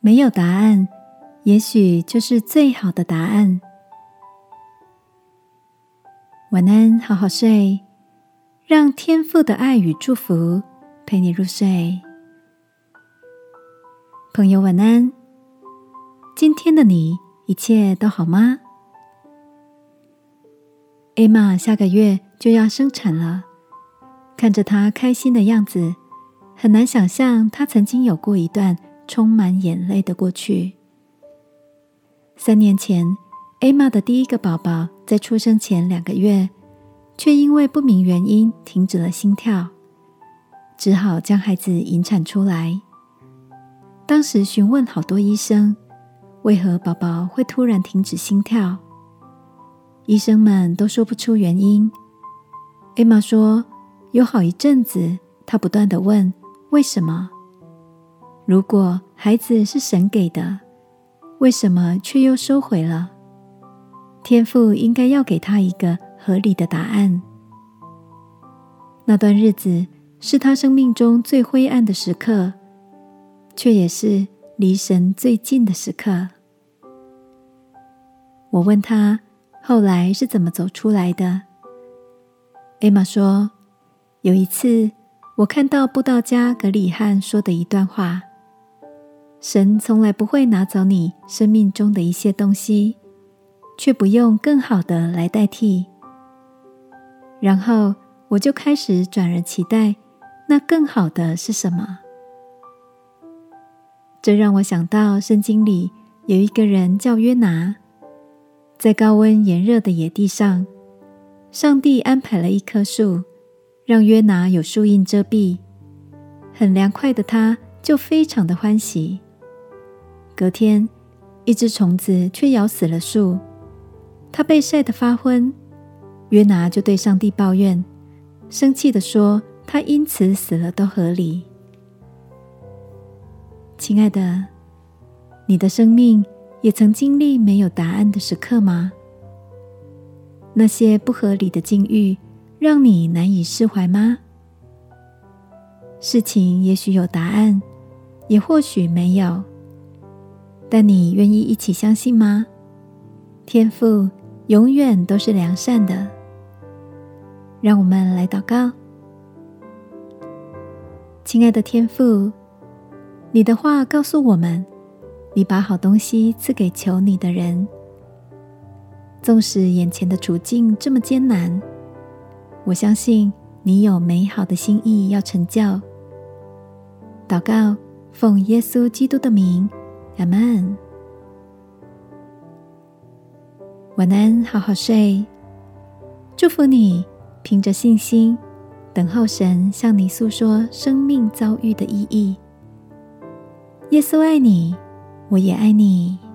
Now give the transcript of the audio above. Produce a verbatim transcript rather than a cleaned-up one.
没有答案，也许就是最好的答案。晚安，好好睡，让天父的爱与祝福陪你入睡。朋友晚安，今天的你一切都好吗？艾玛下个月就要生产了，看着她开心的样子，很难想象她曾经有过一段充满眼泪的过去。三年前，艾玛的第一个宝宝在出生前两个月，却因为不明原因停止了心跳，只好将孩子引产出来。当时询问好多医生，为何宝宝会突然停止心跳？医生们都说不出原因。艾玛说，有好一阵子，她不断地问为什么？如果孩子是神给的，为什么却又收回了？天父应该要给他一个合理的答案。那段日子是他生命中最灰暗的时刻，却也是离神最近的时刻。我问他后来是怎么走出来的。艾玛说，有一次我看到布道家葛里汉说的一段话，神从来不会拿走你生命中的一些东西，却不用更好的来代替。然后我就开始转而期待那更好的是什么。这让我想到圣经里有一个人叫约拿，在高温炎热的野地上，上帝安排了一棵树，让约拿有树荫遮蔽，很凉快的他就非常的欢喜。隔天，一只虫子却咬死了树，他被晒得发昏。约拿就对上帝抱怨，生气地说他因此死了都合理。亲爱的，你的生命也曾经历没有答案的时刻吗？那些不合理的境遇让你难以释怀吗？事情也许有答案，也或许没有，但你愿意一起相信吗？天父永远都是良善的。让我们来祷告。亲爱的天父，你的话告诉我们，你把好东西赐给求你的人。纵使眼前的处境这么艰难，我相信你有美好的心意要成就。祷告，奉耶稣基督的名，阿们。晚安，好好睡。祝福你，凭着信心，等候神向你诉说生命遭遇的意义。耶稣爱你，我也爱你。